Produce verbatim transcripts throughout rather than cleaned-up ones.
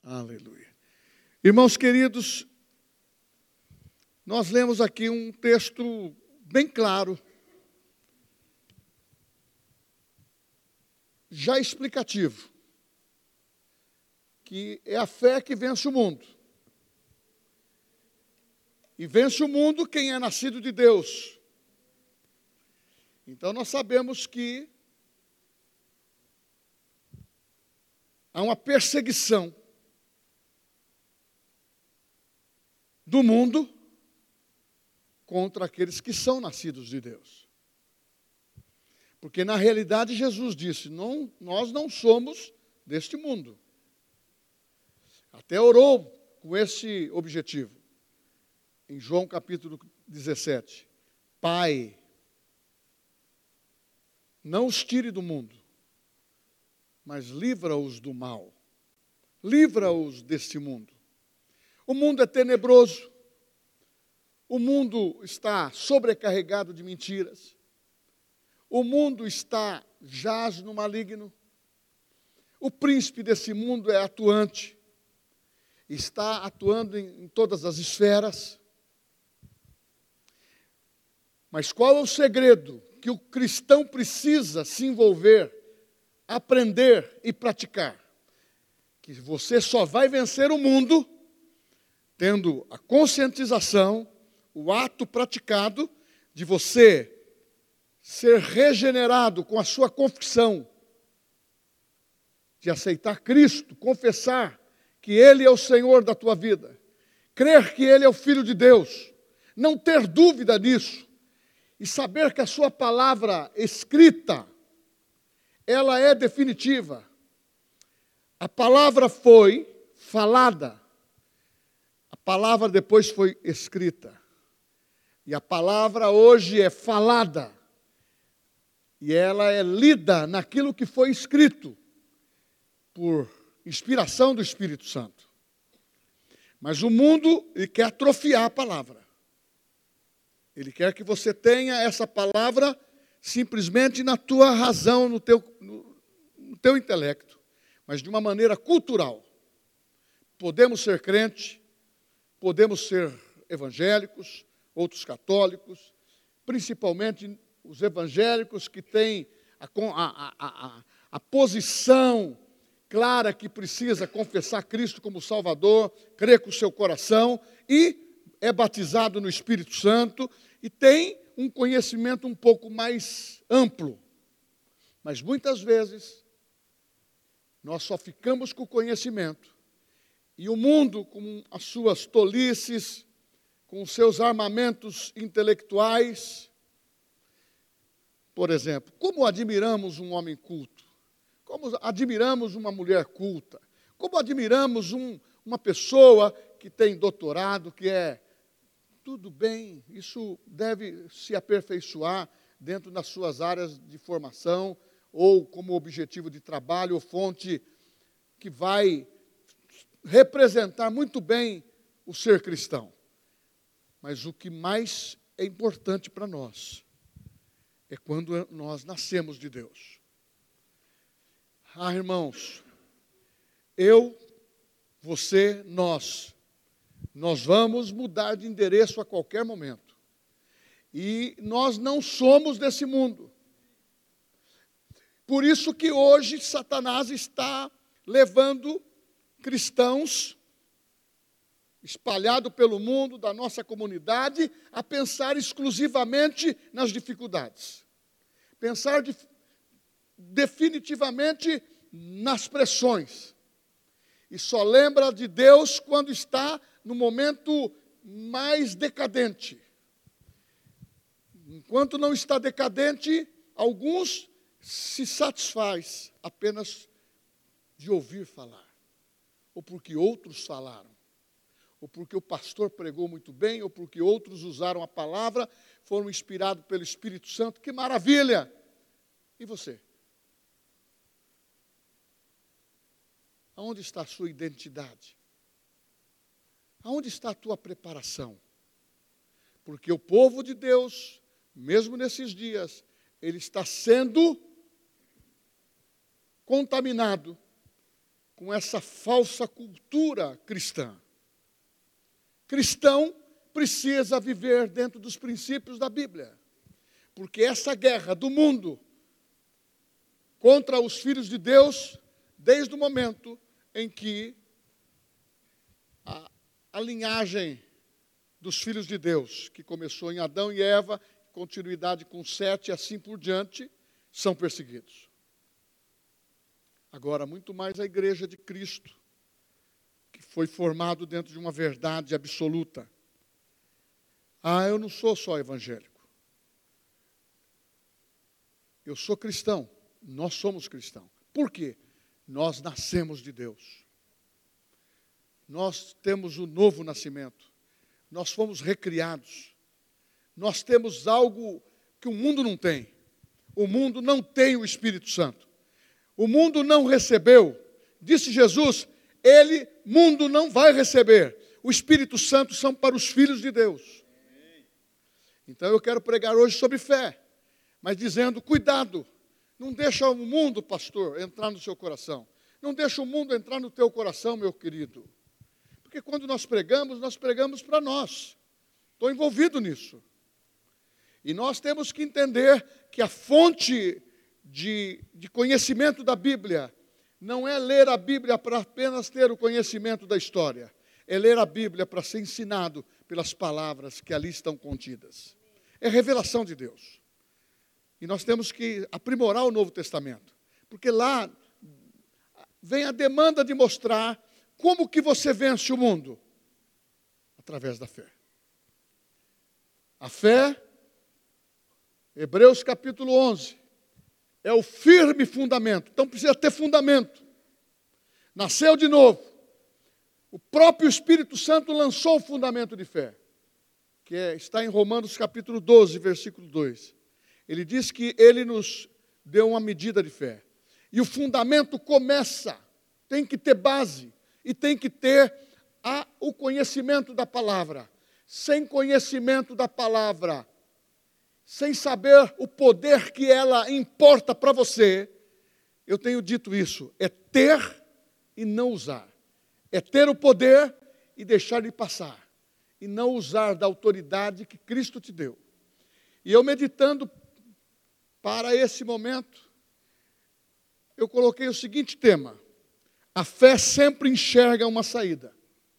Aleluia. Irmãos queridos, nós lemos aqui um texto bem claro, já explicativo, que é a fé que vence o mundo. E vence o mundo quem é nascido de Deus. Então nós sabemos que há uma perseguição do mundo contra aqueles que são nascidos de Deus. Porque na realidade Jesus disse, não, nós não somos deste mundo. Até orou com esse objetivo. Em João capítulo dezessete. Pai, não os tire do mundo, mas livra-os do mal. Livra-os deste mundo. O mundo é tenebroso. O mundo está sobrecarregado de mentiras. O mundo está jaz no maligno. O príncipe desse mundo é atuante. Está atuando em, em todas as esferas. Mas qual é o segredo que o cristão precisa se envolver, aprender e praticar? Que você só vai vencer o mundo tendo a conscientização, o ato praticado de você ser regenerado com a sua confissão, de aceitar Cristo, confessar que Ele é o Senhor da tua vida, crer que Ele é o Filho de Deus, não ter dúvida disso, e saber que a sua palavra escrita, ela é definitiva. A palavra foi falada, a palavra depois foi escrita. E a palavra hoje é falada. E ela é lida naquilo que foi escrito, por inspiração do Espírito Santo. Mas o mundo, ele quer atrofiar a palavra. Ele quer que você tenha essa palavra simplesmente na tua razão, no teu, no, no teu intelecto, mas de uma maneira cultural. Podemos ser crente, podemos ser evangélicos, outros católicos, principalmente os evangélicos que têm a, a, a, a posição clara que precisa confessar Cristo como Salvador, crer com o seu coração e é batizado no Espírito Santo e tem um conhecimento um pouco mais amplo. Mas muitas vezes nós só ficamos com o conhecimento e o mundo, com as suas tolices, com os seus armamentos intelectuais. Por exemplo, como admiramos um homem culto, como admiramos uma mulher culta, como admiramos um, uma pessoa que tem doutorado, que é tudo bem, isso deve se aperfeiçoar dentro das suas áreas de formação, ou como objetivo de trabalho, ou fonte que vai representar muito bem o ser cristão. Mas o que mais é importante para nós é quando nós nascemos de Deus. Ah, irmãos, eu, você, nós, nós vamos mudar de endereço a qualquer momento. E nós não somos desse mundo. Por isso que hoje Satanás está levando cristãos espalhado pelo mundo, da nossa comunidade, a pensar exclusivamente nas dificuldades. Pensar de, definitivamente nas pressões. E só lembra de Deus quando está no momento mais decadente. Enquanto não está decadente, alguns se satisfaz apenas de ouvir falar. Ou porque outros falaram. Ou porque o pastor pregou muito bem, ou porque outros usaram a palavra, foram inspirados pelo Espírito Santo. Que maravilha! E você? Aonde está a sua identidade? Aonde está a tua preparação? Porque o povo de Deus, mesmo nesses dias, ele está sendo contaminado com essa falsa cultura cristã. Cristão precisa viver dentro dos princípios da Bíblia, porque essa guerra do mundo contra os filhos de Deus, desde o momento em que a, a linhagem dos filhos de Deus, que começou em Adão e Eva, continuidade com Sete e assim por diante, são perseguidos. Agora, muito mais a igreja de Cristo, que foi formado dentro de uma verdade absoluta. Ah, eu não sou só evangélico. Eu sou cristão. Nós somos cristãos. Por quê? Nós nascemos de Deus. Nós temos o novo nascimento. Nós fomos recriados. Nós temos algo que o mundo não tem. O mundo não tem o Espírito Santo. O mundo não recebeu. Disse Jesus, ele, mundo não vai receber. O Espírito Santo são para os filhos de Deus. Então eu quero pregar hoje sobre fé, mas dizendo, cuidado, não deixa o mundo, pastor, entrar no seu coração. Não deixa o mundo entrar no teu coração, meu querido. Porque quando nós pregamos, nós pregamos para nós. Estou envolvido nisso. E nós temos que entender que a fonte de, de conhecimento da Bíblia não é ler a Bíblia para apenas ter o conhecimento da história. É ler a Bíblia para ser ensinado pelas palavras que ali estão contidas. É revelação de Deus. E nós temos que aprimorar o Novo Testamento. Porque lá vem a demanda de mostrar como que você vence o mundo. Através da fé. A fé, Hebreus capítulo onze, é o firme fundamento. Então precisa ter fundamento. Nasceu de novo. O próprio Espírito Santo lançou o fundamento de fé. Que é, está em Romanos capítulo doze, versículo dois. Ele diz que ele nos deu uma medida de fé. E o fundamento começa, tem que ter base, e tem que ter a, o conhecimento da palavra. Sem conhecimento da palavra, sem saber o poder que ela importa para você, eu tenho dito isso, é ter e não usar. É ter o poder e deixar de passar. E não usar da autoridade que Cristo te deu. E eu meditando para esse momento, eu coloquei o seguinte tema: a fé sempre enxerga uma saída.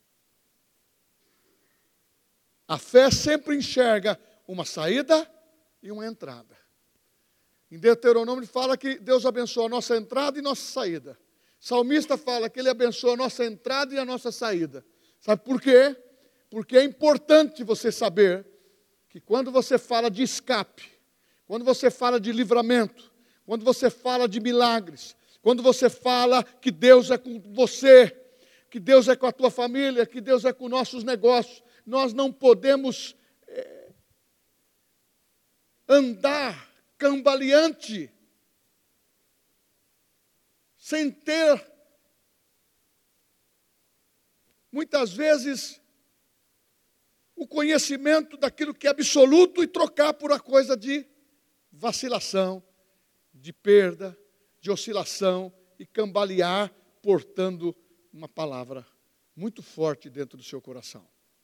A fé sempre enxerga uma saída e uma entrada. Em Deuteronômio fala que Deus abençoa a nossa entrada e nossa saída. Salmista fala que Ele abençoa a nossa entrada e a nossa saída. Sabe por quê? Porque é importante você saber que quando você fala de escape, quando você fala de livramento, quando você fala de milagres, quando você fala que Deus é com você, que Deus é com a tua família, que Deus é com nossos negócios, nós não podemos é, andar cambaleante, sem ter, muitas vezes, o conhecimento daquilo que é absoluto e trocar por a coisa de vacilação, de perda, de oscilação e cambalear, portando uma palavra muito forte dentro do seu coração.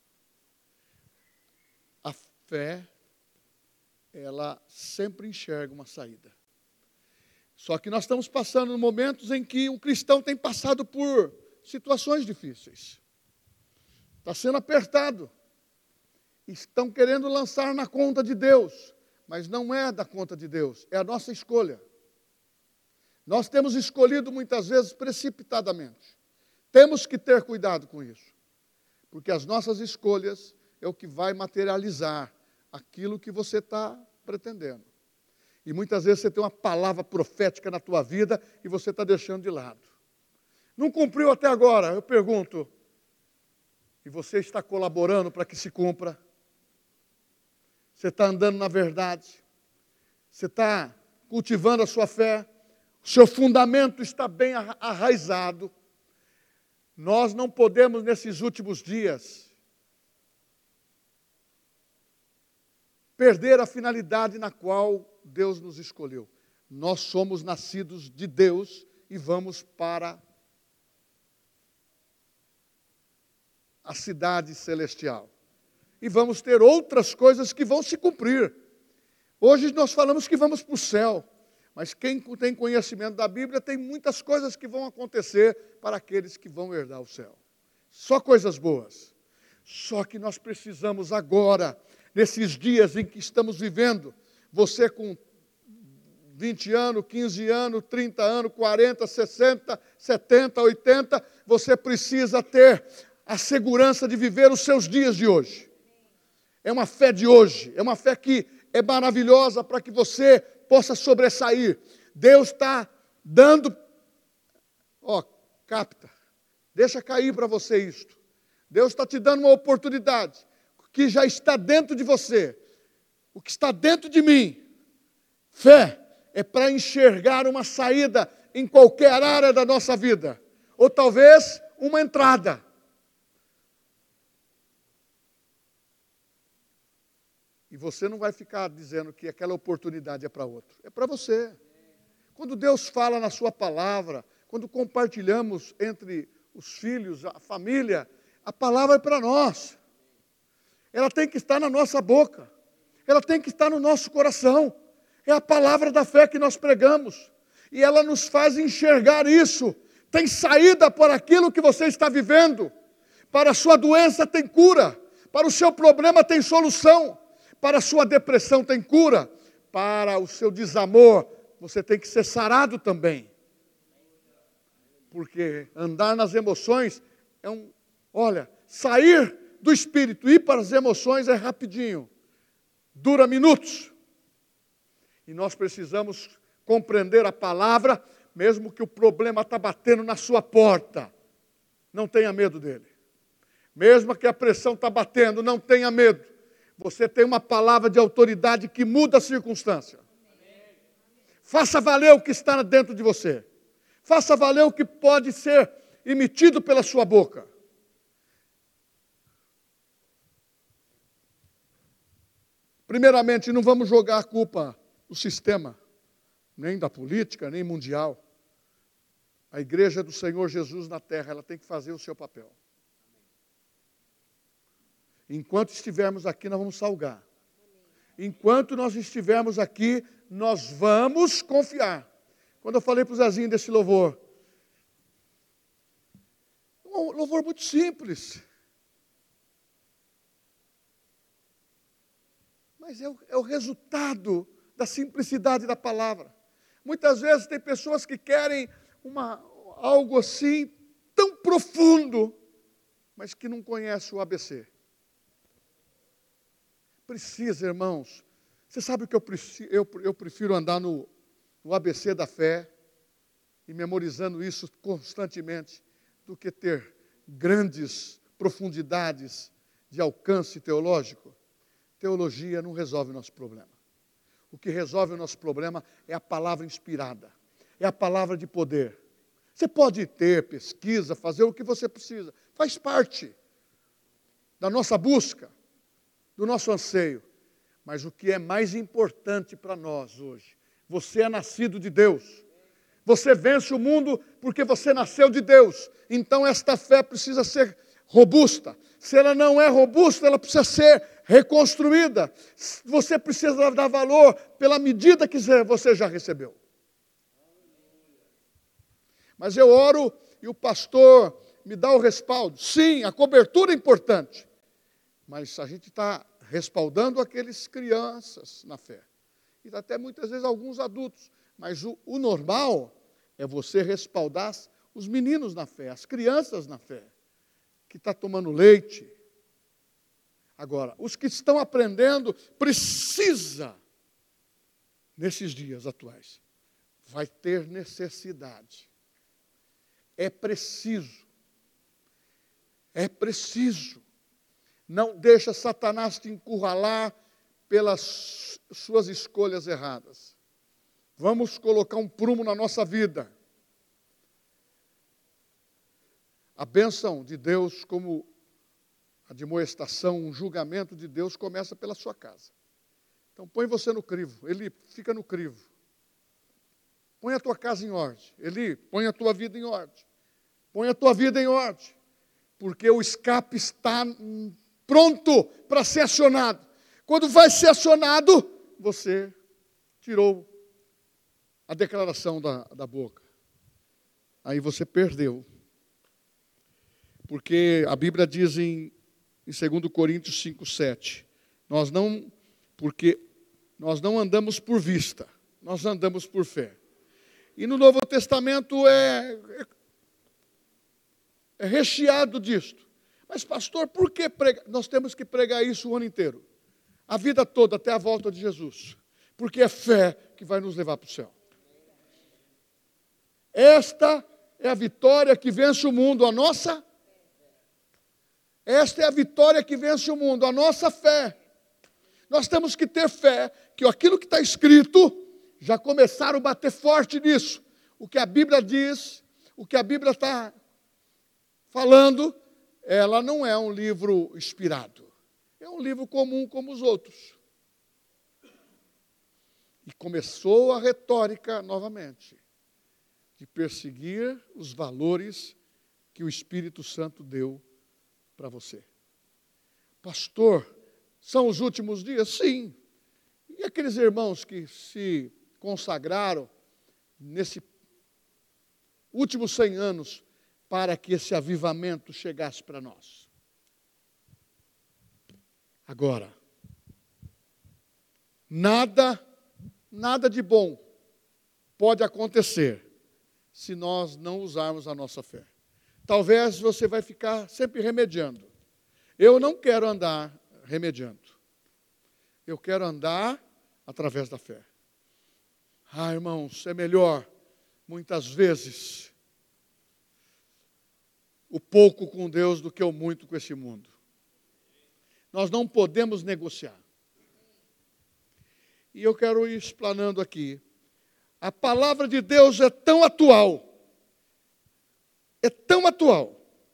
A fé, ela sempre enxerga uma saída. Só que nós estamos passando momentos em que o cristão tem passado por situações difíceis. Está sendo apertado. Estão querendo lançar na conta de Deus, mas não é da conta de Deus, é a nossa escolha. Nós temos escolhido muitas vezes precipitadamente. Temos que ter cuidado com isso, porque as nossas escolhas é o que vai materializar aquilo que você está pretendendo. E muitas vezes você tem uma palavra profética na tua vida e você está deixando de lado. Não cumpriu até agora, eu pergunto, e você está colaborando para que se cumpra? Você está andando na verdade? Você está cultivando a sua fé? O seu fundamento está bem arraizado? Nós não podemos, nesses últimos dias, perder a finalidade na qual Deus nos escolheu. Nós somos nascidos de Deus e vamos para a cidade celestial. E vamos ter outras coisas que vão se cumprir. Hoje nós falamos que vamos para o céu, mas quem tem conhecimento da Bíblia tem muitas coisas que vão acontecer para aqueles que vão herdar o céu. Só coisas boas. Só que nós precisamos agora, nesses dias em que estamos vivendo, você com vinte anos, quinze anos, trinta anos, quarenta, sessenta, setenta, oitenta, você precisa ter a segurança de viver os seus dias de hoje. É uma fé de hoje, é uma fé que é maravilhosa para que você possa sobressair. Deus está dando, ó, capta, deixa cair para você isto. Deus está te dando uma oportunidade, que já está dentro de você, o que está dentro de mim. Fé é para enxergar uma saída em qualquer área da nossa vida, ou talvez uma entrada. E você não vai ficar dizendo que aquela oportunidade é para outro. É para você. Quando Deus fala na sua palavra, quando compartilhamos entre os filhos, a família, a palavra é para nós. Ela tem que estar na nossa boca. Ela tem que estar no nosso coração. É a palavra da fé que nós pregamos. E ela nos faz enxergar isso. Tem saída para aquilo que você está vivendo. Para a sua doença tem cura. Para o seu problema tem solução. Para a sua depressão tem cura. Para o seu desamor, você tem que ser sarado também. Porque andar nas emoções é um... Olha, sair do espírito e ir para as emoções é rapidinho. Dura minutos. E nós precisamos compreender a palavra, mesmo que o problema está batendo na sua porta. Não tenha medo dele. Mesmo que a pressão está batendo, não tenha medo. Você tem uma palavra de autoridade que muda a circunstância. Faça valer o que está dentro de você. Faça valer o que pode ser emitido pela sua boca. Primeiramente, não vamos jogar a culpa no sistema, nem da política, nem mundial. A igreja do Senhor Jesus na terra, ela tem que fazer o seu papel. Enquanto estivermos aqui, nós vamos salgar. Enquanto nós estivermos aqui, nós vamos confiar. Quando eu falei para o Zezinho desse louvor, um louvor muito simples. Mas é o, é o resultado da simplicidade da palavra. Muitas vezes tem pessoas que querem uma, algo assim, tão profundo, mas que não conhecem o A B C. Precisa, irmãos. Você sabe o que eu prefiro, eu, eu prefiro andar no, no A B C da fé e memorizando isso constantemente, do que ter grandes profundidades de alcance teológico. Teologia não resolve o nosso problema. O que resolve o nosso problema é a palavra inspirada, é a palavra de poder. Você pode ter pesquisa, fazer o que você precisa, faz parte da nossa busca, do nosso anseio. Mas o que é mais importante para nós hoje, você é nascido de Deus. Você vence o mundo porque você nasceu de Deus. Então esta fé precisa ser robusta. Se ela não é robusta, ela precisa ser reconstruída. Você precisa dar valor pela medida que você já recebeu. Mas eu oro e o pastor me dá o respaldo. Sim, a cobertura é importante. Mas a gente está respaldando aqueles crianças na fé. E até muitas vezes alguns adultos. Mas o, o normal é você respaldar os meninos na fé, as crianças na fé, que está tomando leite. Agora, os que estão aprendendo, precisa, nesses dias atuais, vai ter necessidade. É preciso. É preciso. Não deixa Satanás te encurralar pelas suas escolhas erradas. Vamos colocar um prumo na nossa vida. A bênção de Deus, como a admoestação, um julgamento de Deus, começa pela sua casa. Então põe você no crivo, Eli, fica no crivo. Põe a tua casa em ordem. Eli, põe a tua vida em ordem. Põe a tua vida em ordem. porque o escape está pronto para ser acionado. Quando vai ser acionado, você tirou a declaração da, da boca. Aí você perdeu. Porque a Bíblia diz em, em dois Coríntios cinco, sete, nós não, porque nós não andamos por vista, nós andamos por fé. E no Novo Testamento é, é, é recheado disto. Mas pastor, por que pregar? Nós temos que pregar isso o ano inteiro. A vida toda, até a volta de Jesus. Porque é fé que vai nos levar para o céu. Esta é a vitória que vence o mundo, a nossa. Esta é a vitória que vence o mundo, a nossa fé. Nós temos que ter fé que aquilo que está escrito, já começaram a bater forte nisso. O que a Bíblia diz, o que a Bíblia está falando, ela não é um livro inspirado. É um livro comum como os outros. E começou a retórica novamente, de perseguir os valores que o Espírito Santo deu para você. Pastor, são os últimos dias? Sim. E aqueles irmãos que se consagraram nesse últimos cem anos para que esse avivamento chegasse para nós? Agora, nada, nada de bom pode acontecer se nós não usarmos a nossa fé. Talvez você vai ficar sempre remediando. Eu não quero andar remediando. Eu quero andar através da fé. Ah, irmãos, é melhor, muitas vezes, o pouco com Deus do que o muito com esse mundo. Nós não podemos negociar. E eu quero ir explanando aqui. A palavra de Deus é tão atual, é tão atual,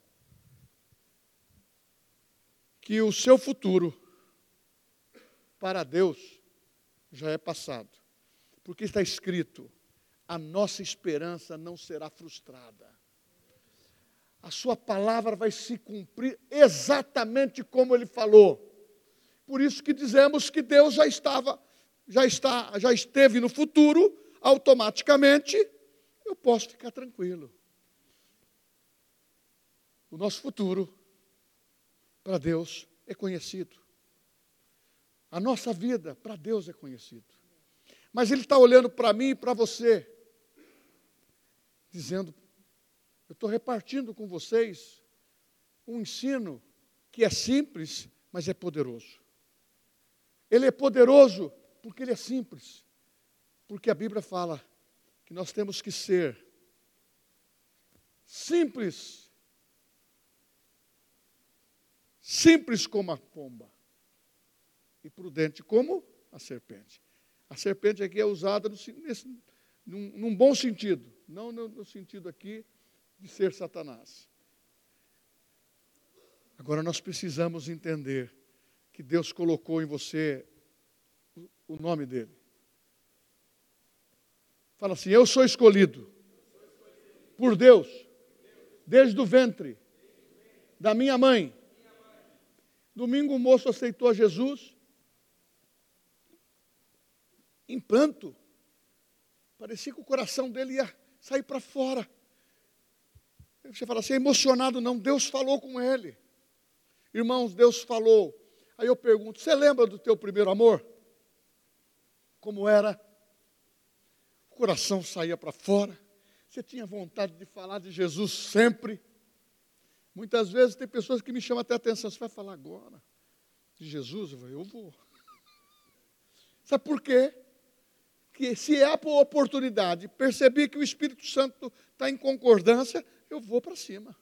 que o seu futuro, para Deus, já é passado. Porque está escrito, a nossa esperança não será frustrada. A sua palavra vai se cumprir exatamente como ele falou. Por isso que dizemos que Deus já estava, já está, já esteve no futuro, automaticamente eu posso ficar tranquilo. O nosso futuro, para Deus, é conhecido. A nossa vida, para Deus, é conhecido. Mas Ele está olhando para mim e para você, dizendo, eu estou repartindo com vocês um ensino que é simples, mas é poderoso. Ele é poderoso porque ele é simples. Porque a Bíblia fala que nós temos que ser simples, simples como a pomba e prudente como a serpente. A serpente aqui é usada no, nesse, num, num bom sentido, não no, no sentido aqui de ser Satanás. Agora nós precisamos entender que Deus colocou em você o, o nome dele. Fala assim, eu sou escolhido por Deus, desde o ventre da minha mãe. Domingo o moço aceitou a Jesus, em pranto. Parecia que o coração dele ia sair para fora. Você fala assim, é emocionado não, Deus falou com ele. Irmãos, Deus falou. Aí eu pergunto, você lembra do teu primeiro amor? Como era? O coração saía para fora. Você tinha vontade de falar de Jesus sempre. Muitas vezes tem pessoas que me chamam até a atenção. Você vai falar agora de Jesus? Eu falo, eu vou. Sabe por quê? Que se é a oportunidade, perceber que o Espírito Santo está em concordância, eu vou para cima.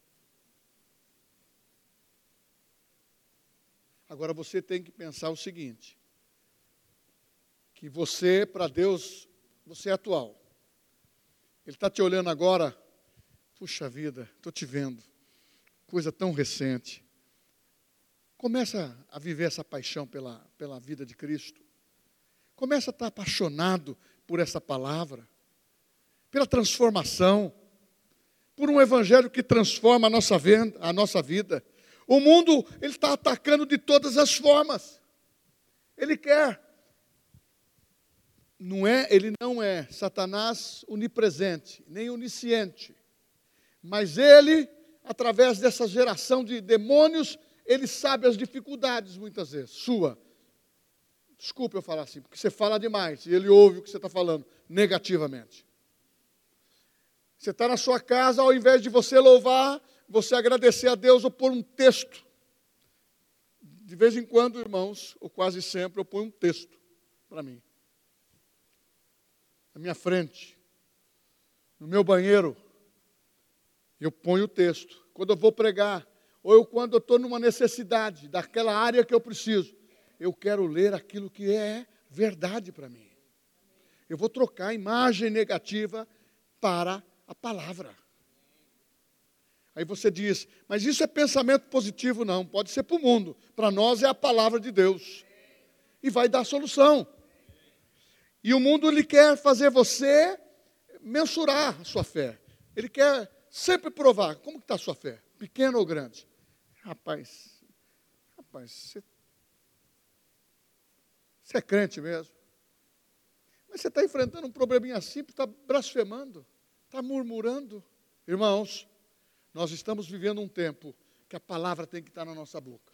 Agora você tem que pensar o seguinte, que você, para Deus, você é atual. Ele está te olhando agora, puxa vida, estou te vendo, coisa tão recente. Começa a viver essa paixão pela, pela vida de Cristo. Começa a estar apaixonado por essa palavra, pela transformação. por um evangelho que transforma a nossa, venda, a nossa vida. O mundo, ele está atacando de todas as formas. Ele quer. Não é, ele não é Satanás onipresente, nem onisciente. Mas ele, através dessa geração de demônios, ele sabe as dificuldades, muitas vezes, sua. Desculpe eu falar assim, porque você fala demais, e ele ouve o que você está falando, negativamente. Você está na sua casa, ao invés de você louvar, você agradecer a Deus, ou pôr um texto. De vez em quando, irmãos, ou quase sempre, eu ponho um texto para mim. Na minha frente, no meu banheiro, eu ponho o texto. Quando eu vou pregar, ou eu, quando eu estou numa necessidade, daquela área que eu preciso, eu quero ler aquilo que é verdade para mim. Eu vou trocar a imagem negativa para a palavra. Aí você diz, mas isso é pensamento positivo? Não, pode ser para o mundo. Para nós é a palavra de Deus. E vai dar solução. E o mundo, ele quer fazer você mensurar a sua fé. Ele quer sempre provar. Como que está a sua fé? Pequena ou grande? Rapaz, rapaz, você, você é crente mesmo. Mas você está enfrentando um probleminha simples, está blasfemando, está murmurando. Irmãos, nós estamos vivendo um tempo que a palavra tem que estar na nossa boca.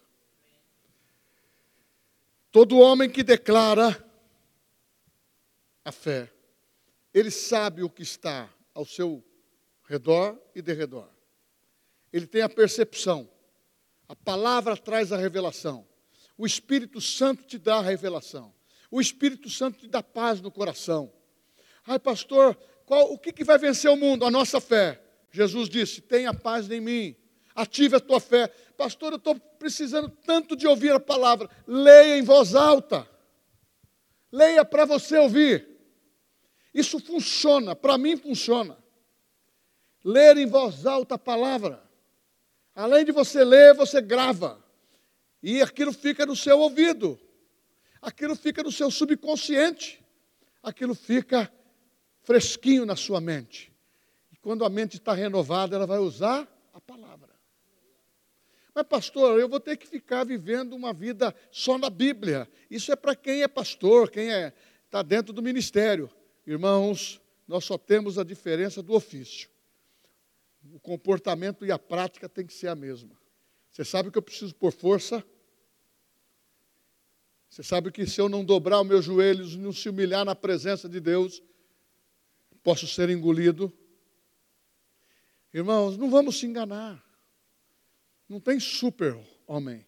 Todo homem que declara a fé, ele sabe o que está ao seu redor e derredor. Ele tem a percepção. A palavra traz a revelação. O Espírito Santo te dá a revelação. O Espírito Santo te dá paz no coração. Ai, pastor, qual, o que, que vai vencer o mundo? A nossa fé. Jesus disse, tenha paz em mim. Ative a tua fé. Pastor, eu estou precisando tanto de ouvir a palavra. Leia em voz alta. Leia para você ouvir. Isso funciona, para mim funciona. Ler em voz alta a palavra. Além de você ler, você grava. E aquilo fica no seu ouvido. Aquilo fica no seu subconsciente. Aquilo fica fresquinho na sua mente. E quando a mente está renovada, ela vai usar a palavra. Mas pastor, eu vou ter que ficar vivendo uma vida só na Bíblia. Isso é para quem é pastor, quem é, está dentro do ministério. Irmãos, nós só temos a diferença do ofício. O comportamento e a prática tem que ser a mesma. Você sabe que eu preciso pôr força? Você sabe que se eu não dobrar os meus joelhos e não se humilhar na presença de Deus, posso ser engolido? Irmãos, não vamos se enganar. Não tem super-homem.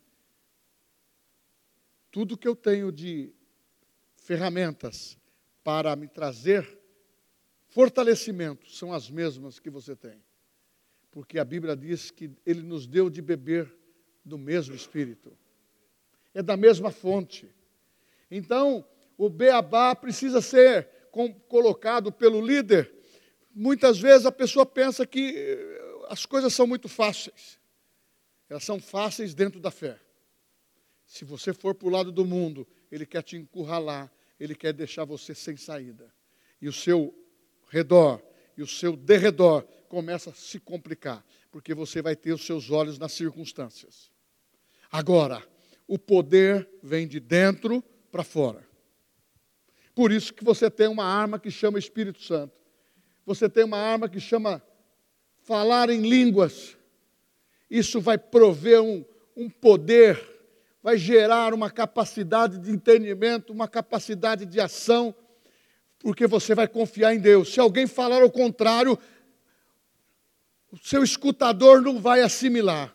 Tudo que eu tenho de ferramentas para me trazer fortalecimento são as mesmas que você tem. Porque a Bíblia diz que Ele nos deu de beber do mesmo Espírito. É da mesma fonte. Então, o beabá precisa ser com, colocado pelo líder. Muitas vezes a pessoa pensa que as coisas são muito fáceis. Elas são fáceis dentro da fé. Se você for para o lado do mundo, ele quer te encurralar, ele quer deixar você sem saída. E o seu redor e o seu derredor começa a se complicar, porque você vai ter os seus olhos nas circunstâncias. Agora, o poder vem de dentro para fora. Por isso que você tem uma arma que chama Espírito Santo. Você tem uma arma que chama falar em línguas. Isso vai prover um, um poder, vai gerar uma capacidade de entendimento, uma capacidade de ação, porque você vai confiar em Deus. Se alguém falar o contrário, o seu escutador não vai assimilar.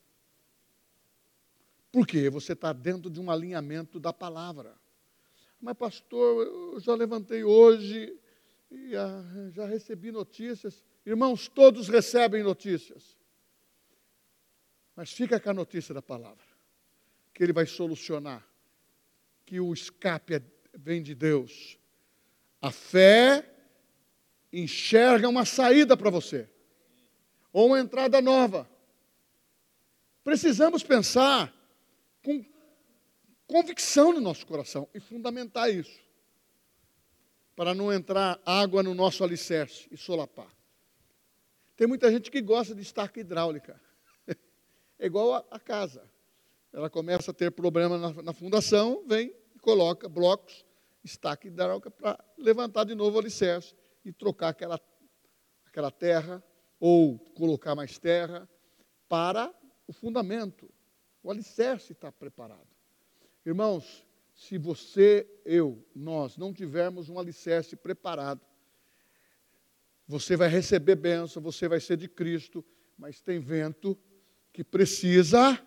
Por quê? Você está dentro de um alinhamento da palavra. Mas pastor, eu já levantei hoje e ah, já recebi notícias. Irmãos, todos recebem notícias. Mas fica com a notícia da palavra, que Ele vai solucionar, que o escape vem de Deus. A fé enxerga uma saída para você, ou uma entrada nova. Precisamos pensar com convicção no nosso coração e fundamentar isso, para não entrar água no nosso alicerce e solapar. Tem muita gente que gosta de estaca hidráulica. É igual a, a casa. Ela começa a ter problema na, na fundação, vem e coloca blocos, estaca hidráulica para levantar de novo o alicerce e trocar aquela, aquela terra, ou colocar mais terra para o fundamento. O alicerce está preparado. Irmãos, se você, eu, nós não tivermos um alicerce preparado, você vai receber bênção, você vai ser de Cristo, mas tem vento que precisa.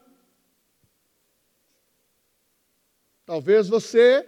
Talvez você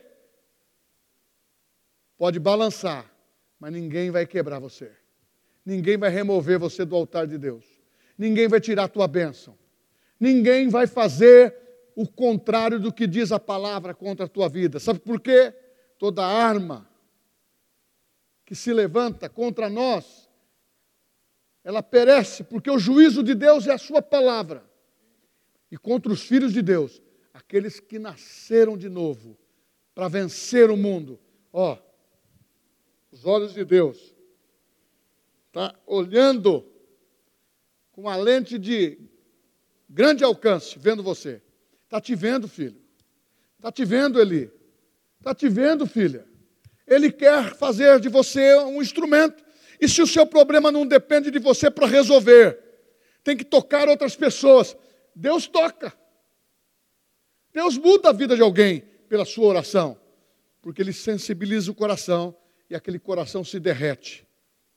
pode balançar, mas ninguém vai quebrar você. Ninguém vai remover você do altar de Deus. Ninguém vai tirar a tua bênção. Ninguém vai fazer o contrário do que diz a palavra contra a tua vida. Sabe por quê? Toda arma que se levanta contra nós, ela perece, porque o juízo de Deus é a sua palavra. E contra os filhos de Deus, aqueles que nasceram de novo, para vencer o mundo, ó, os olhos de Deus, está olhando com uma lente de grande alcance, vendo você. Está te vendo, filho. Está te vendo, Eli. Está te vendo, filha. Ele quer fazer de você um instrumento. E se o seu problema não depende de você para resolver, tem que tocar outras pessoas, Deus toca. Deus muda a vida de alguém pela sua oração, porque Ele sensibiliza o coração e aquele coração se derrete.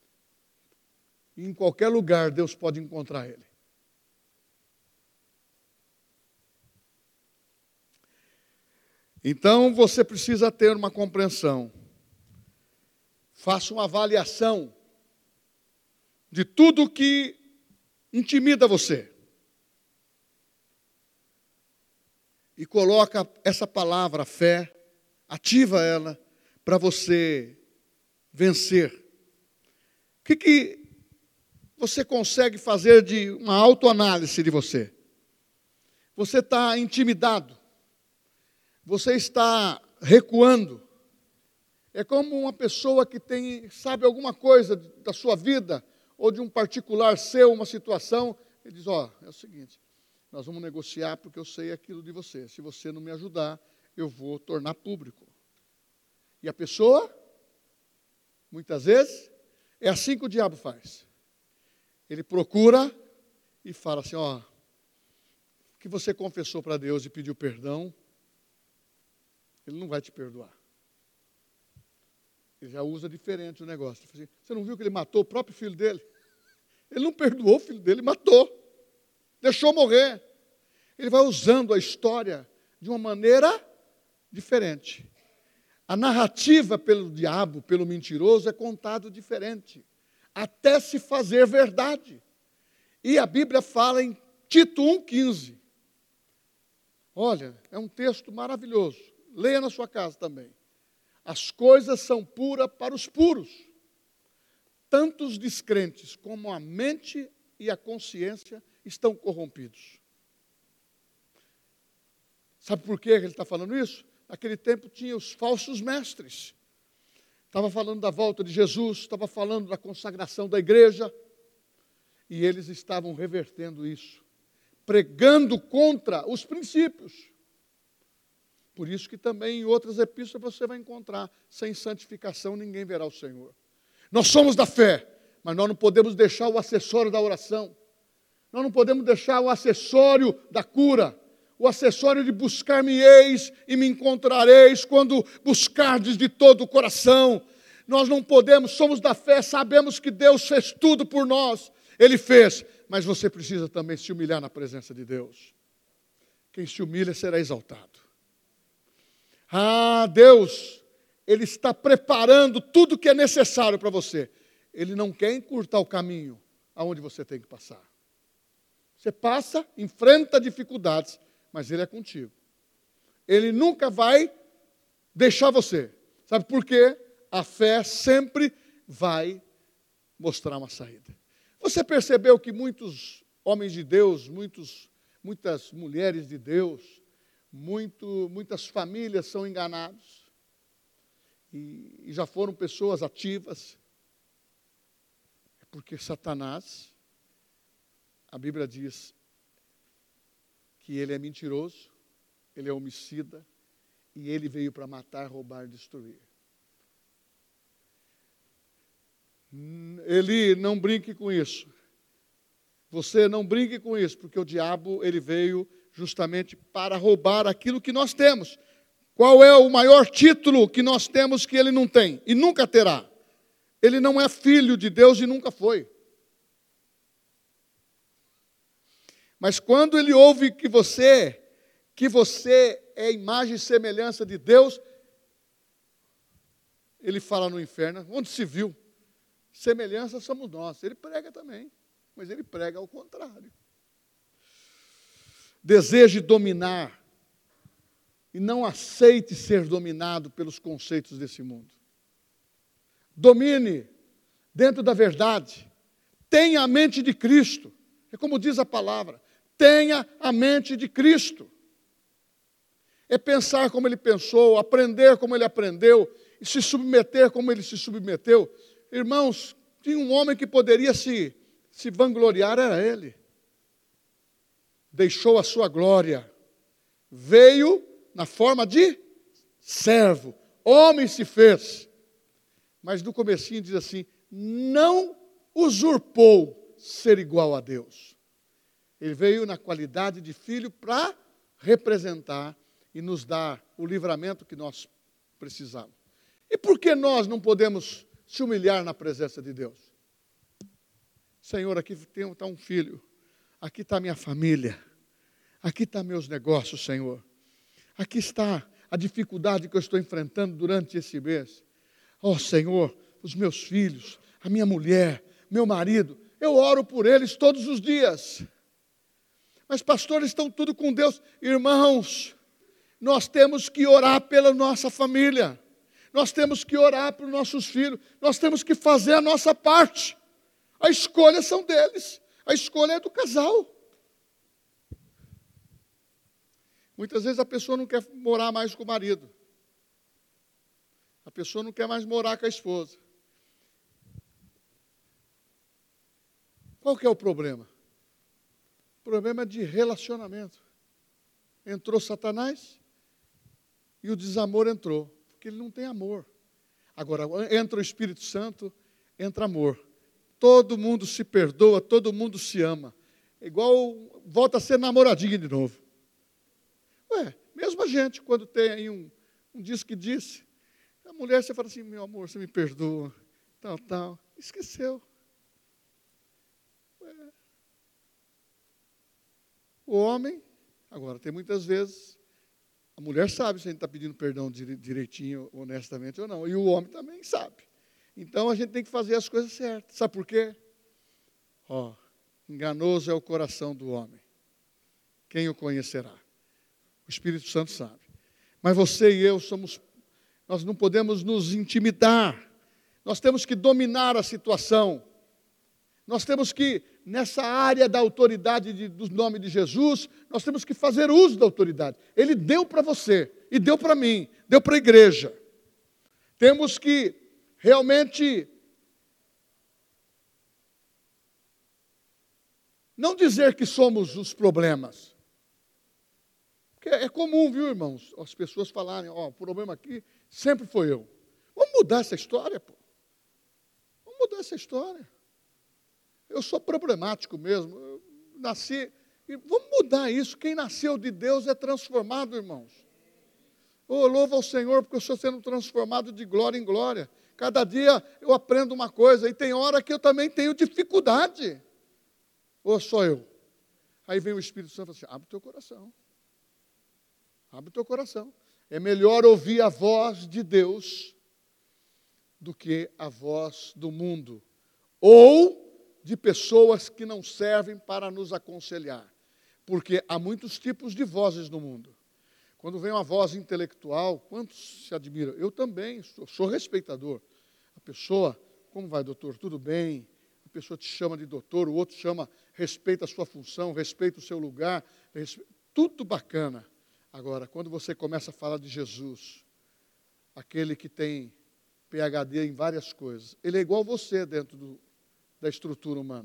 E em qualquer lugar Deus pode encontrar ele. Então você precisa ter uma compreensão. Faça uma avaliação de tudo que intimida você. E coloca essa palavra, fé, ativa ela para você vencer. O que, que você consegue fazer de uma autoanálise de você? Você está intimidado. Você está recuando. É como uma pessoa que tem, sabe alguma coisa da sua vida, ou de um particular seu, uma situação, ele diz, ó, oh, é o seguinte, nós vamos negociar porque eu sei aquilo de você. Se você não me ajudar, eu vou tornar público. E a pessoa, muitas vezes, é assim que o diabo faz. Ele procura e fala assim, ó, que você confessou para Deus e pediu perdão, Ele não vai te perdoar. Ele já usa diferente o negócio. Você não viu que ele matou o próprio filho dele? Ele não perdoou o filho dele, matou. Deixou morrer. Ele vai usando a história de uma maneira diferente. A narrativa pelo diabo, pelo mentiroso, é contado diferente. Até se fazer verdade. E a Bíblia fala em Tito um, quinze. Olha, é um texto maravilhoso. Leia na sua casa também. As coisas são puras para os puros. Tanto os descrentes como a mente e a consciência estão corrompidos. Sabe por que ele está falando isso? Naquele tempo tinha os falsos mestres. Estava falando da volta de Jesus, estava falando da consagração da igreja. E eles estavam revertendo isso. Pregando contra os princípios. Por isso que também em outras epístolas você vai encontrar, sem santificação ninguém verá o Senhor. Nós somos da fé, mas nós não podemos deixar o acessório da oração. Nós não podemos deixar o acessório da cura, o acessório de buscar-me-eis e me encontrareis quando buscardes de todo o coração. Nós não podemos, somos da fé, sabemos que Deus fez tudo por nós. Ele fez, mas você precisa também se humilhar na presença de Deus. Quem se humilha será exaltado. Ah, Deus, Ele está preparando tudo que é necessário para você. Ele não quer encurtar o caminho aonde você tem que passar. Você passa, enfrenta dificuldades, mas Ele é contigo. Ele nunca vai deixar você. Sabe por quê? A fé sempre vai mostrar uma saída. Você percebeu que muitos homens de Deus, muitos, muitas mulheres de Deus, Muito, muitas famílias são enganadas e, e já foram pessoas ativas, é porque Satanás a Bíblia diz que ele é mentiroso, ele é homicida, e ele veio para matar, roubar e destruir. Eli, não brinque com isso. Você não brinque com isso, porque o diabo, ele veio justamente para roubar aquilo que nós temos. Qual é o maior título que nós temos que ele não tem e nunca terá? Ele não é filho de Deus e nunca foi. Mas quando ele ouve que você, que você é imagem e semelhança de Deus, ele fala no inferno, onde se viu? Semelhança somos nós. Ele prega também, mas ele prega ao contrário. Deseje dominar e não aceite ser dominado pelos conceitos desse mundo. Domine dentro da verdade. Tenha a mente de Cristo. É como diz a palavra, tenha a mente de Cristo. É pensar como ele pensou, aprender como ele aprendeu, e se submeter como ele se submeteu. Irmãos, tinha um homem que poderia se, se vangloriar, era ele. Deixou a sua glória, veio na forma de servo, homem se fez. Mas no comecinho diz assim, não usurpou ser igual a Deus. Ele veio na qualidade de filho para representar e nos dar o livramento que nós precisamos. E por que nós não podemos se humilhar na presença de Deus? Senhor, aqui está um filho, aqui está minha família, aqui está meus negócios, Senhor. Aqui está a dificuldade que eu estou enfrentando durante esse mês. Oh, Senhor, os meus filhos, a minha mulher, meu marido, eu oro por eles todos os dias. Mas, pastor, eles estão tudo com Deus. Irmãos, nós temos que orar pela nossa família. Nós temos que orar para os nossos filhos. Nós temos que fazer a nossa parte. A escolha são deles. A escolha é do casal. Muitas vezes a pessoa não quer morar mais com o marido. A pessoa não quer mais morar com a esposa. Qual que é o problema? O problema é de relacionamento. Entrou Satanás e o desamor entrou, porque ele não tem amor. Agora, entra o Espírito Santo, entra amor. Todo mundo se perdoa, todo mundo se ama. Igual, volta a ser namoradinha de novo. Ué, mesmo a gente, quando tem aí um, um diz que disse, a mulher, você fala assim, meu amor, você me perdoa, tal, tal. Esqueceu. Ué. O homem, agora, tem muitas vezes, a mulher sabe se a gente está pedindo perdão direitinho, honestamente ou não, e o homem também sabe. Então, a gente tem que fazer as coisas certas. Sabe por quê? Ó, enganoso é o coração do homem. Quem o conhecerá? O Espírito Santo sabe. Mas você e eu somos, nós não podemos nos intimidar. Nós temos que dominar a situação. Nós temos que, nessa área da autoridade de, do nome de Jesus, nós temos que fazer uso da autoridade. Ele deu para você, e deu para mim, deu para a igreja. Temos que realmente não dizer que somos os problemas. Porque é comum, viu, irmãos, as pessoas falarem, ó, o problema aqui sempre foi eu. Vamos mudar essa história, pô. Vamos mudar essa história. Eu sou problemático mesmo. Eu nasci. E vamos mudar isso. Quem nasceu de Deus é transformado, irmãos. Oh, louvo ao Senhor, porque eu estou sendo transformado de glória em glória. Cada dia eu aprendo uma coisa. E tem hora que eu também tenho dificuldade. Ou só eu? Aí vem o Espírito Santo e fala assim, abre o teu coração. Abre o teu coração. É melhor ouvir a voz de Deus do que a voz do mundo. Ou de pessoas que não servem para nos aconselhar. Porque há muitos tipos de vozes no mundo. Quando vem uma voz intelectual, quantos se admiram? Eu também sou, sou respeitador. A pessoa, como vai, doutor? Tudo bem? A pessoa te chama de doutor, o outro chama, respeita a sua função, respeita o seu lugar, respeita, tudo bacana. Agora, quando você começa a falar de Jesus, aquele que tem P H D em várias coisas, ele é igual você dentro do, da estrutura humana.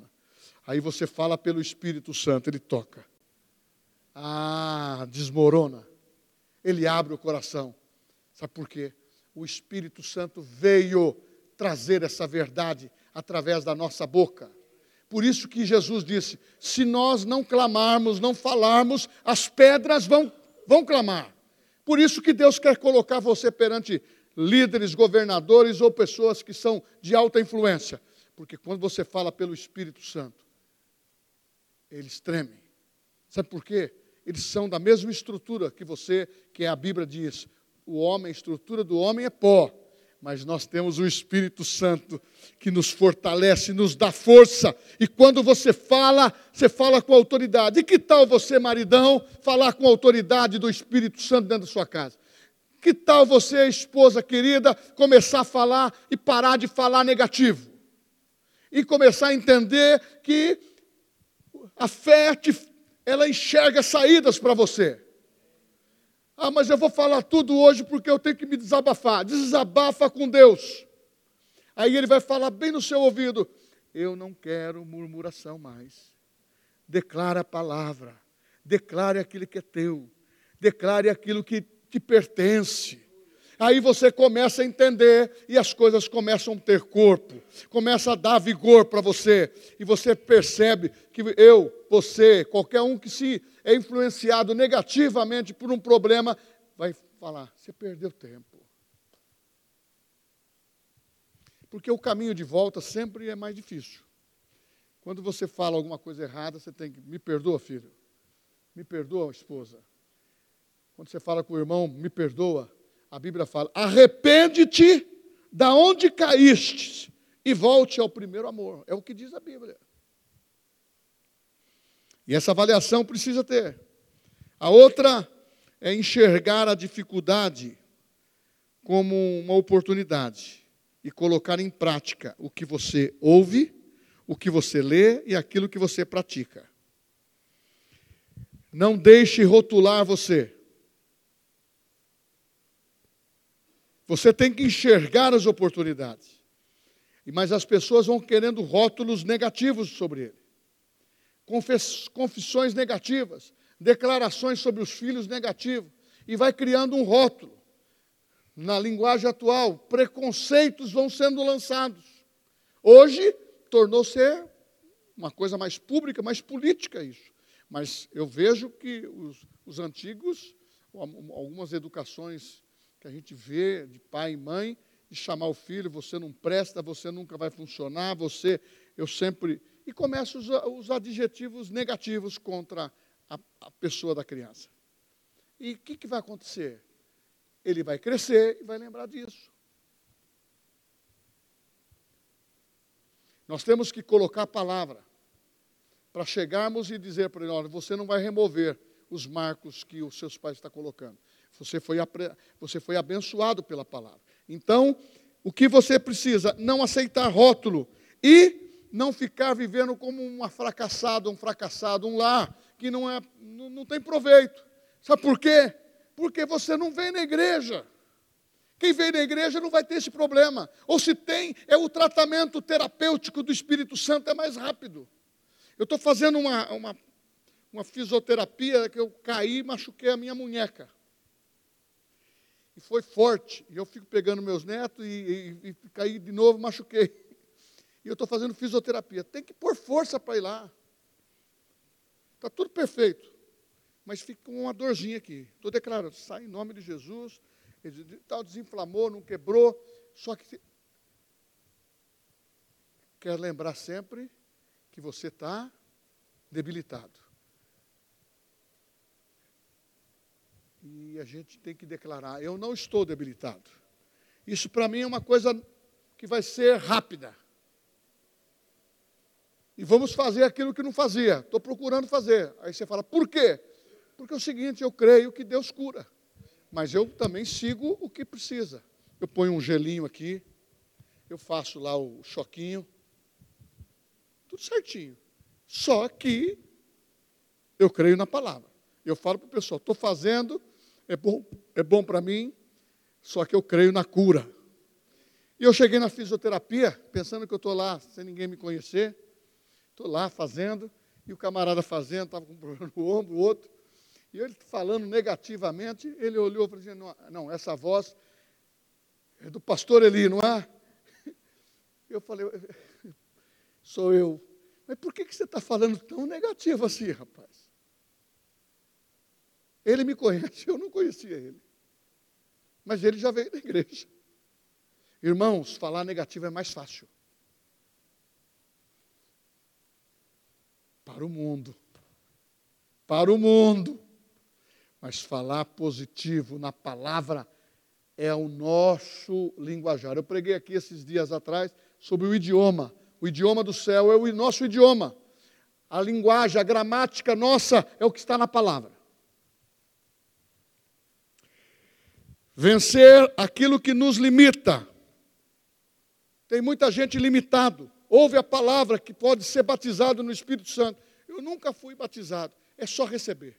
Aí você fala pelo Espírito Santo, ele toca. Ah, desmorona. Ele abre o coração. Sabe por quê? O Espírito Santo veio trazer essa verdade através da nossa boca. Por isso que Jesus disse, se nós não clamarmos, não falarmos, as pedras vão, vão clamar. Por isso que Deus quer colocar você perante líderes, governadores ou pessoas que são de alta influência. Porque quando você fala pelo Espírito Santo, eles tremem. Sabe por quê? Eles são da mesma estrutura que você, que a Bíblia diz. O homem, a estrutura do homem é pó. Mas nós temos o Espírito Santo que nos fortalece, nos dá força. E quando você fala, você fala com autoridade. E que tal você, maridão, falar com autoridade do Espírito Santo dentro da sua casa? Que tal você, esposa querida, começar a falar e parar de falar negativo? E começar a entender que a fé, te, ela enxerga saídas para você. Ah, mas eu vou falar tudo hoje porque eu tenho que me desabafar. Desabafa com Deus. Aí ele vai falar bem no seu ouvido. Eu não quero murmuração mais. Declare a palavra. Declare aquilo que é teu. Declare aquilo que te pertence. Aí você começa a entender e as coisas começam a ter corpo. Começa a dar vigor para você. E você percebe que eu, você, qualquer um que se é influenciado negativamente por um problema, vai falar, você perdeu tempo. Porque o caminho de volta sempre é mais difícil. Quando você fala alguma coisa errada, você tem que, me perdoa, filho. Me perdoa, esposa. Quando você fala com o irmão, me perdoa. A Bíblia fala, arrepende-te da onde caíste e volte ao primeiro amor. É o que diz a Bíblia. E essa avaliação precisa ter. A outra é enxergar a dificuldade como uma oportunidade e colocar em prática o que você ouve, o que você lê e aquilo que você pratica. Não deixe rotular você. Você tem que enxergar as oportunidades. Mas as pessoas vão querendo rótulos negativos sobre ele. Confissões negativas, declarações sobre os filhos negativos. E vai criando um rótulo. Na linguagem atual, preconceitos vão sendo lançados. Hoje, tornou-se uma coisa mais pública, mais política isso. Mas eu vejo que os, os antigos, algumas educações que a gente vê de pai e mãe, de chamar o filho, você não presta, você nunca vai funcionar, você, eu sempre... E começa os, os adjetivos negativos contra a, a pessoa da criança. E o que, que vai acontecer? Ele vai crescer e vai lembrar disso. Nós temos que colocar a palavra para chegarmos e dizer para ele, olha, você não vai remover os marcos que os seus pais estão colocando. Você foi, você foi abençoado pela palavra. Então, o que você precisa? Não aceitar rótulo e não ficar vivendo como uma fracassada, um fracassado, um lar que não, é, não, não tem proveito. Sabe por quê? Porque você não vem na igreja. Quem vem na igreja não vai ter esse problema. Ou se tem, é o tratamento terapêutico do Espírito Santo, é mais rápido. Eu estou fazendo uma, uma, uma fisioterapia que eu caí e machuquei a minha munheca. E foi forte. E eu fico pegando meus netos e, e, e caí de novo, machuquei. E eu estou fazendo fisioterapia. Tem que pôr força para ir lá. Está tudo perfeito. Mas fica uma dorzinha aqui. Estou declarando, sai em nome de Jesus. Ele tal, desinflamou, não quebrou. Só que quer lembrar sempre que você está debilitado. E a gente tem que declarar, eu não estou debilitado. Isso para mim é uma coisa que vai ser rápida. E vamos fazer aquilo que não fazia. Estou procurando fazer. Aí você fala, por quê? Porque é o seguinte, eu creio que Deus cura. Mas eu também sigo o que precisa. Eu ponho um gelinho aqui, eu faço lá o choquinho. Tudo certinho. Só que eu creio na palavra. Eu falo para o pessoal, estou fazendo, é bom, é bom para mim, só que eu creio na cura. E eu cheguei na fisioterapia, pensando que eu estou lá sem ninguém me conhecer. Estou lá fazendo, e o camarada fazendo, estava com um problema no ombro, o outro, e ele falando negativamente, ele olhou e falou assim, não, não, essa voz é do pastor Eli, não é? Eu falei, sou eu. Mas por que, que você está falando tão negativo assim, rapaz? Ele me conhece, eu não conhecia ele. Mas ele já veio da igreja. Irmãos, falar negativo é mais fácil. Para o mundo. Para o mundo. Mas falar positivo na palavra é o nosso linguajar. Eu preguei aqui esses dias atrás sobre o idioma. O idioma do céu é o nosso idioma. A linguagem, a gramática nossa é o que está na palavra. Vencer aquilo que nos limita. Tem muita gente limitado. Ouve a palavra que pode ser batizado no Espírito Santo. Eu nunca fui batizado. É só receber.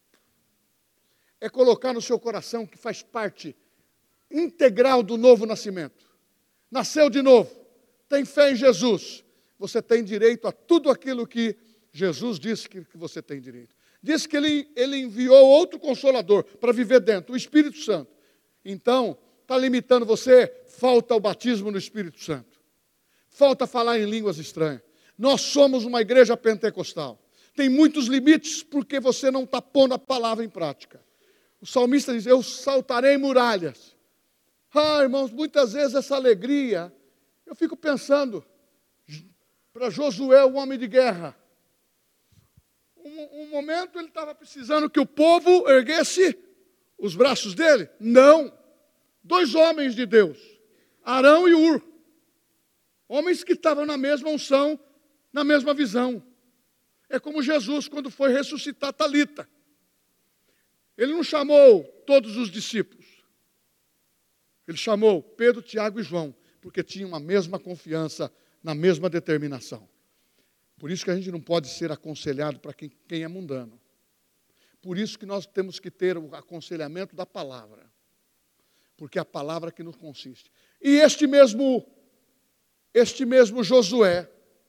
É colocar no seu coração que faz parte integral do novo nascimento. Nasceu de novo. Tem fé em Jesus. Você tem direito a tudo aquilo que Jesus disse que, que você tem direito. Disse que ele, ele enviou outro Consolador para viver dentro, o Espírito Santo. Então, está limitando você? Falta o batismo no Espírito Santo. Falta falar em línguas estranhas. Nós somos uma igreja pentecostal. Tem muitos limites porque você não está pondo a palavra em prática. O salmista diz, eu saltarei muralhas. Ah, irmãos, muitas vezes essa alegria, eu fico pensando, para Josué, o homem de guerra, um, um momento ele estava precisando que o povo erguesse os braços dele? Não. Dois homens de Deus, Arão e Ur. Homens que estavam na mesma unção, na mesma visão. É como Jesus, quando foi ressuscitar Talita. Ele não chamou todos os discípulos. Ele chamou Pedro, Tiago e João, porque tinham a mesma confiança, na mesma determinação. Por isso que a gente não pode ser aconselhado para quem, quem é mundano. Por isso que nós temos que ter o aconselhamento da palavra. Porque é a palavra que nos consiste. E este mesmo, este mesmo Josué,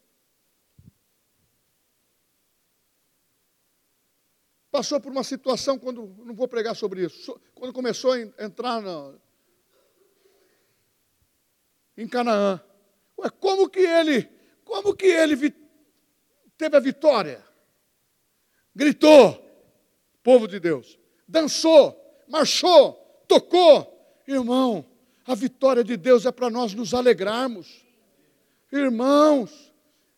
passou por uma situação, quando, não vou pregar sobre isso, quando começou a entrar na, em Canaã. Ué, como que ele, como que ele vi, teve a vitória? Gritou, povo de Deus, dançou, marchou, tocou. Irmão, a vitória de Deus é para nós nos alegrarmos. Irmãos,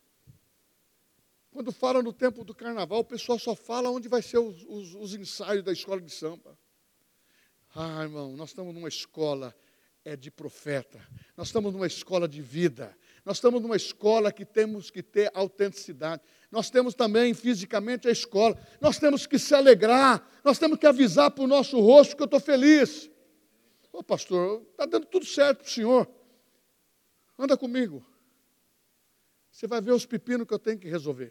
quando fala no tempo do carnaval, o pessoal só fala onde vai ser os, os, os ensaios da escola de samba. Ah, irmão, nós estamos numa escola é de profeta. Nós estamos numa escola de vida. Nós estamos numa escola que temos que ter autenticidade. Nós temos também fisicamente a escola. Nós temos que se alegrar. Nós temos que avisar para o nosso rosto que eu estou feliz. Ô pastor, está dando tudo certo para o senhor. Anda comigo. Você vai ver os pepinos que eu tenho que resolver.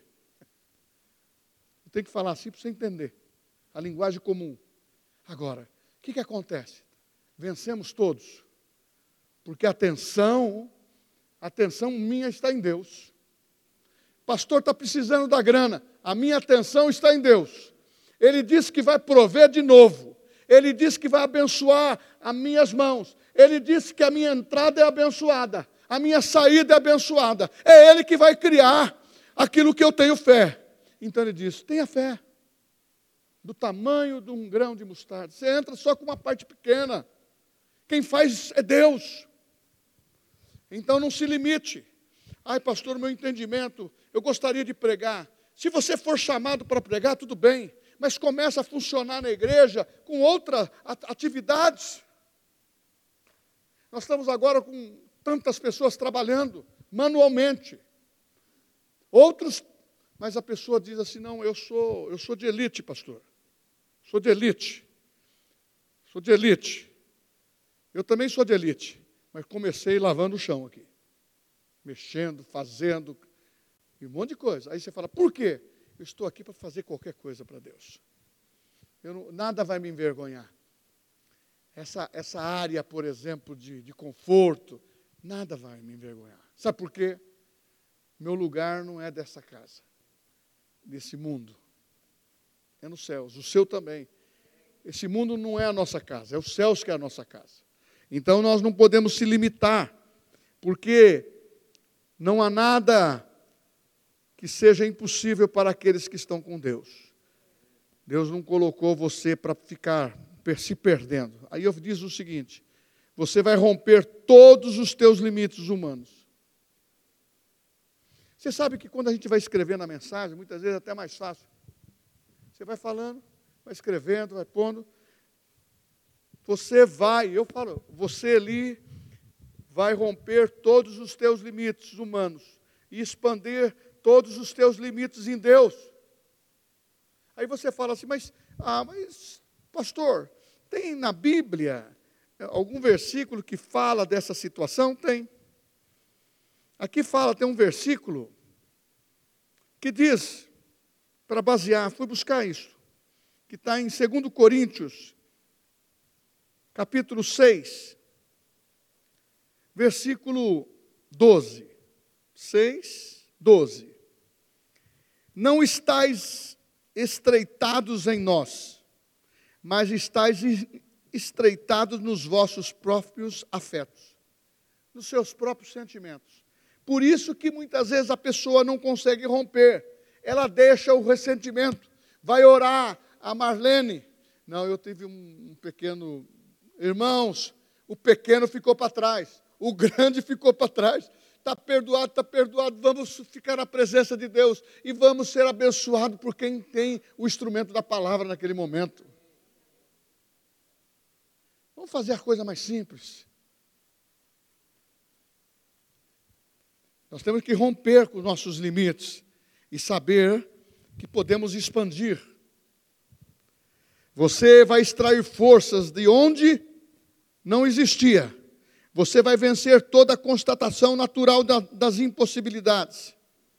Eu tenho que falar assim para você entender. A linguagem comum. Agora, o que, que acontece? Vencemos todos. Porque a atenção, a atenção minha está em Deus. Pastor está precisando da grana. A minha atenção está em Deus. Ele disse que vai prover de novo. Ele disse que vai abençoar as minhas mãos. Ele disse que a minha entrada é abençoada. A minha saída é abençoada. É Ele que vai criar aquilo que eu tenho fé. Então ele diz, tenha fé. Do tamanho de um grão de mostarda. Você entra só com uma parte pequena. Quem faz é Deus. Então não se limite. Ai, pastor, meu entendimento, eu gostaria de pregar. Se você for chamado para pregar, tudo bem. Mas começa a funcionar na igreja com outras atividades. Nós estamos agora com tantas pessoas trabalhando manualmente. Outros, mas a pessoa diz assim, não, eu sou, eu sou de elite, pastor. Sou de elite. Sou de elite. Eu também sou de elite, mas comecei lavando o chão aqui. Mexendo, fazendo, e um monte de coisa. Aí você fala, por quê? Eu estou aqui para fazer qualquer coisa para Deus. Eu não, nada vai me envergonhar. Essa, essa área, por exemplo, de, de conforto, nada vai me envergonhar. Sabe por quê? meu lugar não é dessa casa, desse mundo. É nos céus, o seu também. Esse mundo não é a nossa casa, é os céus que é a nossa casa. Então nós não podemos se limitar, porque não há nada que seja impossível para aqueles que estão com Deus. Deus não colocou você para ficar se perdendo. Aí eu diz o seguinte: você vai romper todos os teus limites humanos. Você sabe que quando a gente vai escrevendo a mensagem, muitas vezes é até mais fácil. Você vai falando, vai escrevendo, vai pondo. Você vai, eu falo, você ali vai romper todos os teus limites humanos e expandir todos os teus limites em Deus. Aí você fala assim, mas, ah, mas, pastor, tem na Bíblia algum versículo que fala dessa situação? Tem. Aqui fala, tem um versículo que diz, para basear, fui buscar isso, que está em dois Coríntios, capítulo seis, versículo doze. seis, doze. Não estáis estreitados em nós, mas estáis estreitados nos vossos próprios afetos, nos seus próprios sentimentos. Por isso que muitas vezes a pessoa não consegue romper, ela deixa o ressentimento, vai orar, a Marlene, não, eu tive um, um pequeno, irmãos, o pequeno ficou para trás, o grande ficou para trás, está perdoado, está perdoado, vamos ficar na presença de Deus e vamos ser abençoados por quem tem o instrumento da palavra naquele momento. Vamos fazer a coisa mais simples. Nós temos que romper com os nossos limites e saber que podemos expandir. Você vai extrair forças de onde não existia. Você vai vencer toda a constatação natural da, das impossibilidades.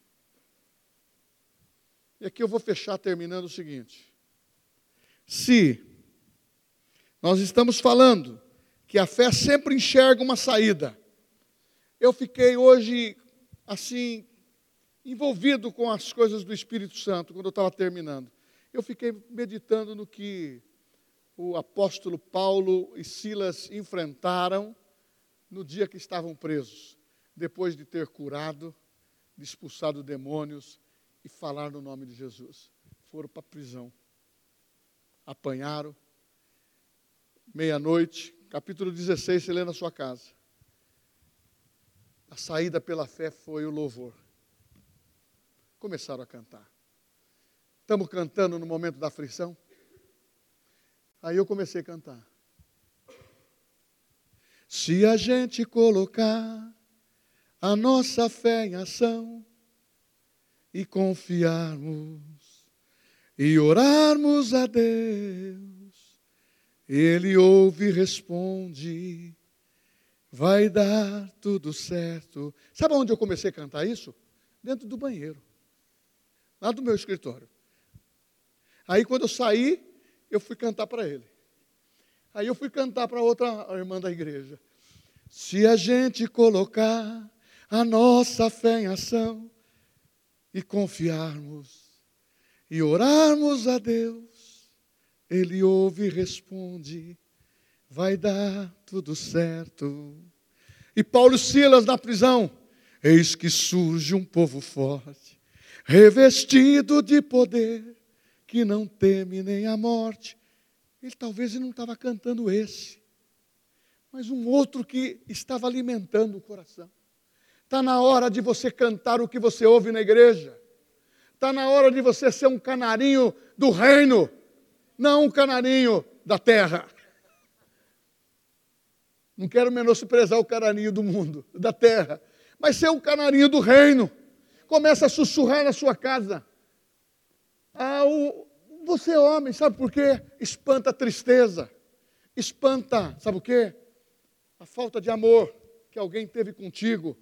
E aqui eu vou fechar terminando o seguinte. Se nós estamos falando que a fé sempre enxerga uma saída, eu fiquei hoje, assim, envolvido com as coisas do Espírito Santo, quando eu estava terminando. Eu fiquei meditando no que o apóstolo Paulo e Silas enfrentaram no dia que estavam presos, depois de ter curado, de expulsado demônios e falar no nome de Jesus. Foram para a prisão. Apanharam. Meia-noite, capítulo dezesseis, você lê na sua casa. A saída pela fé foi o louvor. Começaram a cantar. Estamos cantando no momento da aflição? Aí eu comecei a cantar. Se a gente colocar a nossa fé em ação e confiarmos e orarmos a Deus, Ele ouve e responde, vai dar tudo certo. Sabe onde eu comecei a cantar isso? Dentro do banheiro, lá do meu escritório. Aí quando eu saí, eu fui cantar para ele. Aí eu fui cantar para outra irmã da igreja. Se a gente colocar a nossa fé em ação e confiarmos e orarmos a Deus, Ele ouve e responde, vai dar tudo certo. E Paulo e Silas na prisão, eis que surge um povo forte, revestido de poder, que não teme nem a morte. Ele talvez ele não estava cantando esse, mas um outro que estava alimentando o coração. Está na hora de você cantar o que você ouve na igreja. Está na hora de você ser um canarinho do reino, não um canarinho da terra. Não quero menosprezar o canarinho do mundo, da terra, mas ser um canarinho do reino. Começa a sussurrar na sua casa. Ah, o... Você é homem, sabe por quê? Espanta a tristeza, espanta, sabe o quê? A falta de amor que alguém teve contigo.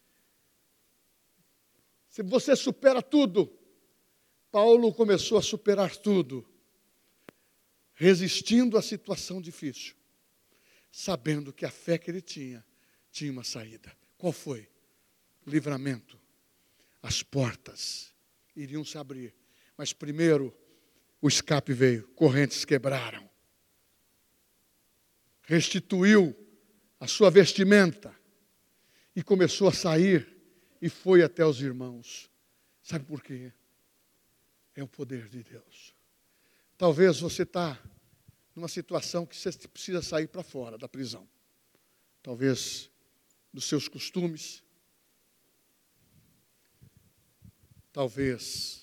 Se você supera tudo, Paulo começou a superar tudo, resistindo à situação difícil, sabendo que a fé que ele tinha, tinha uma saída. Qual foi? Livramento. as portas iriam se abrir. Mas primeiro, o escape veio, correntes quebraram. Restituiu a sua vestimenta e começou a sair e foi até os irmãos. Sabe por quê? É o poder de Deus. Talvez você está numa situação que você precisa sair para fora da prisão. Talvez dos seus costumes. Talvez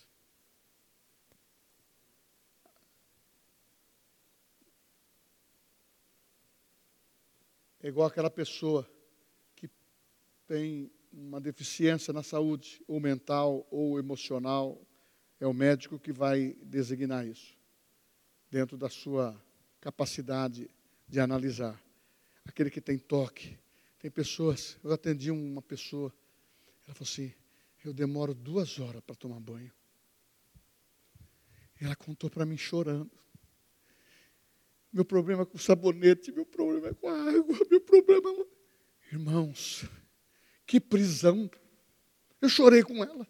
é igual aquela pessoa que tem uma deficiência na saúde, ou mental, ou emocional. É o médico que vai designar isso, dentro da sua capacidade de analisar. Aquele que tem toque. Tem pessoas, eu atendi uma pessoa, ela falou assim, eu demoro duas horas para tomar banho. E ela contou para mim chorando. Meu problema é com o sabonete, meu problema é com a água, meu problema é... Irmãos, que prisão. Eu chorei com ela.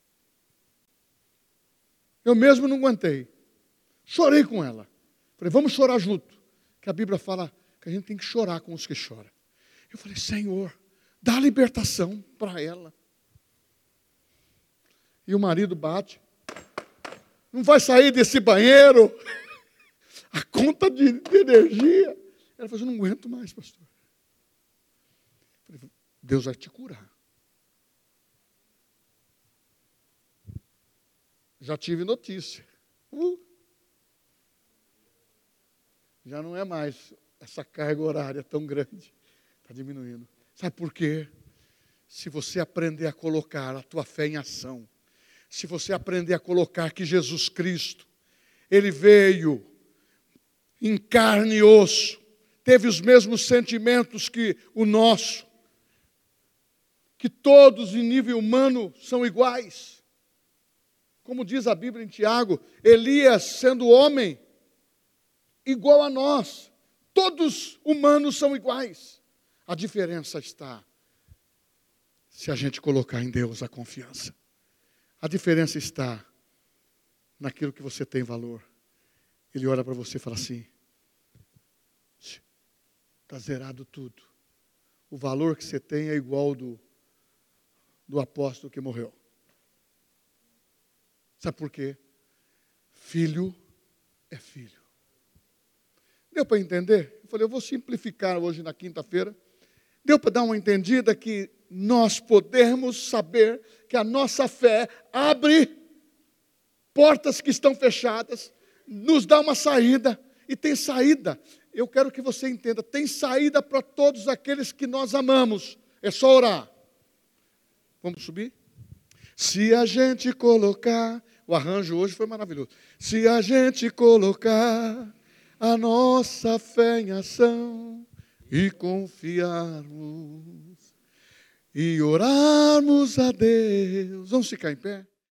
Eu mesmo não aguentei. Chorei com ela. Falei, vamos chorar junto. Que a Bíblia fala que a gente tem que chorar com os que choram. Eu falei, Senhor, dá libertação para ela. E o marido bate. Não vai sair desse banheiro. A conta de, de energia. Ela falou, eu não aguento mais, pastor. Eu falei, Deus vai te curar. Já tive notícia. Uh, já não é mais essa carga horária tão grande. Está diminuindo. Sabe por quê? Se você aprender a colocar a tua fé em ação, se você aprender a colocar que Jesus Cristo, Ele veio em carne e osso, teve os mesmos sentimentos que o nosso, que todos em nível humano são iguais. Como diz a Bíblia em Tiago, Elias sendo homem, igual a nós, todos humanos são iguais. A diferença está se a gente colocar em Deus a confiança. A diferença está naquilo que você tem valor. Ele olha para você e fala assim, está zerado tudo. O valor que você tem é igual ao do, do apóstolo que morreu. Sabe por quê? Filho é filho. Deu para entender? Eu falei, eu vou simplificar hoje na quinta-feira. Deu para dar uma entendida que nós podemos saber que a nossa fé abre portas que estão fechadas, nos dá uma saída, e tem saída. Eu quero que você entenda, tem saída para todos aqueles que nós amamos. É só orar. Vamos subir? Se a gente colocar, o arranjo hoje foi maravilhoso. Se a gente colocar a nossa fé em ação e confiarmos e orarmos a Deus. Vamos ficar em pé?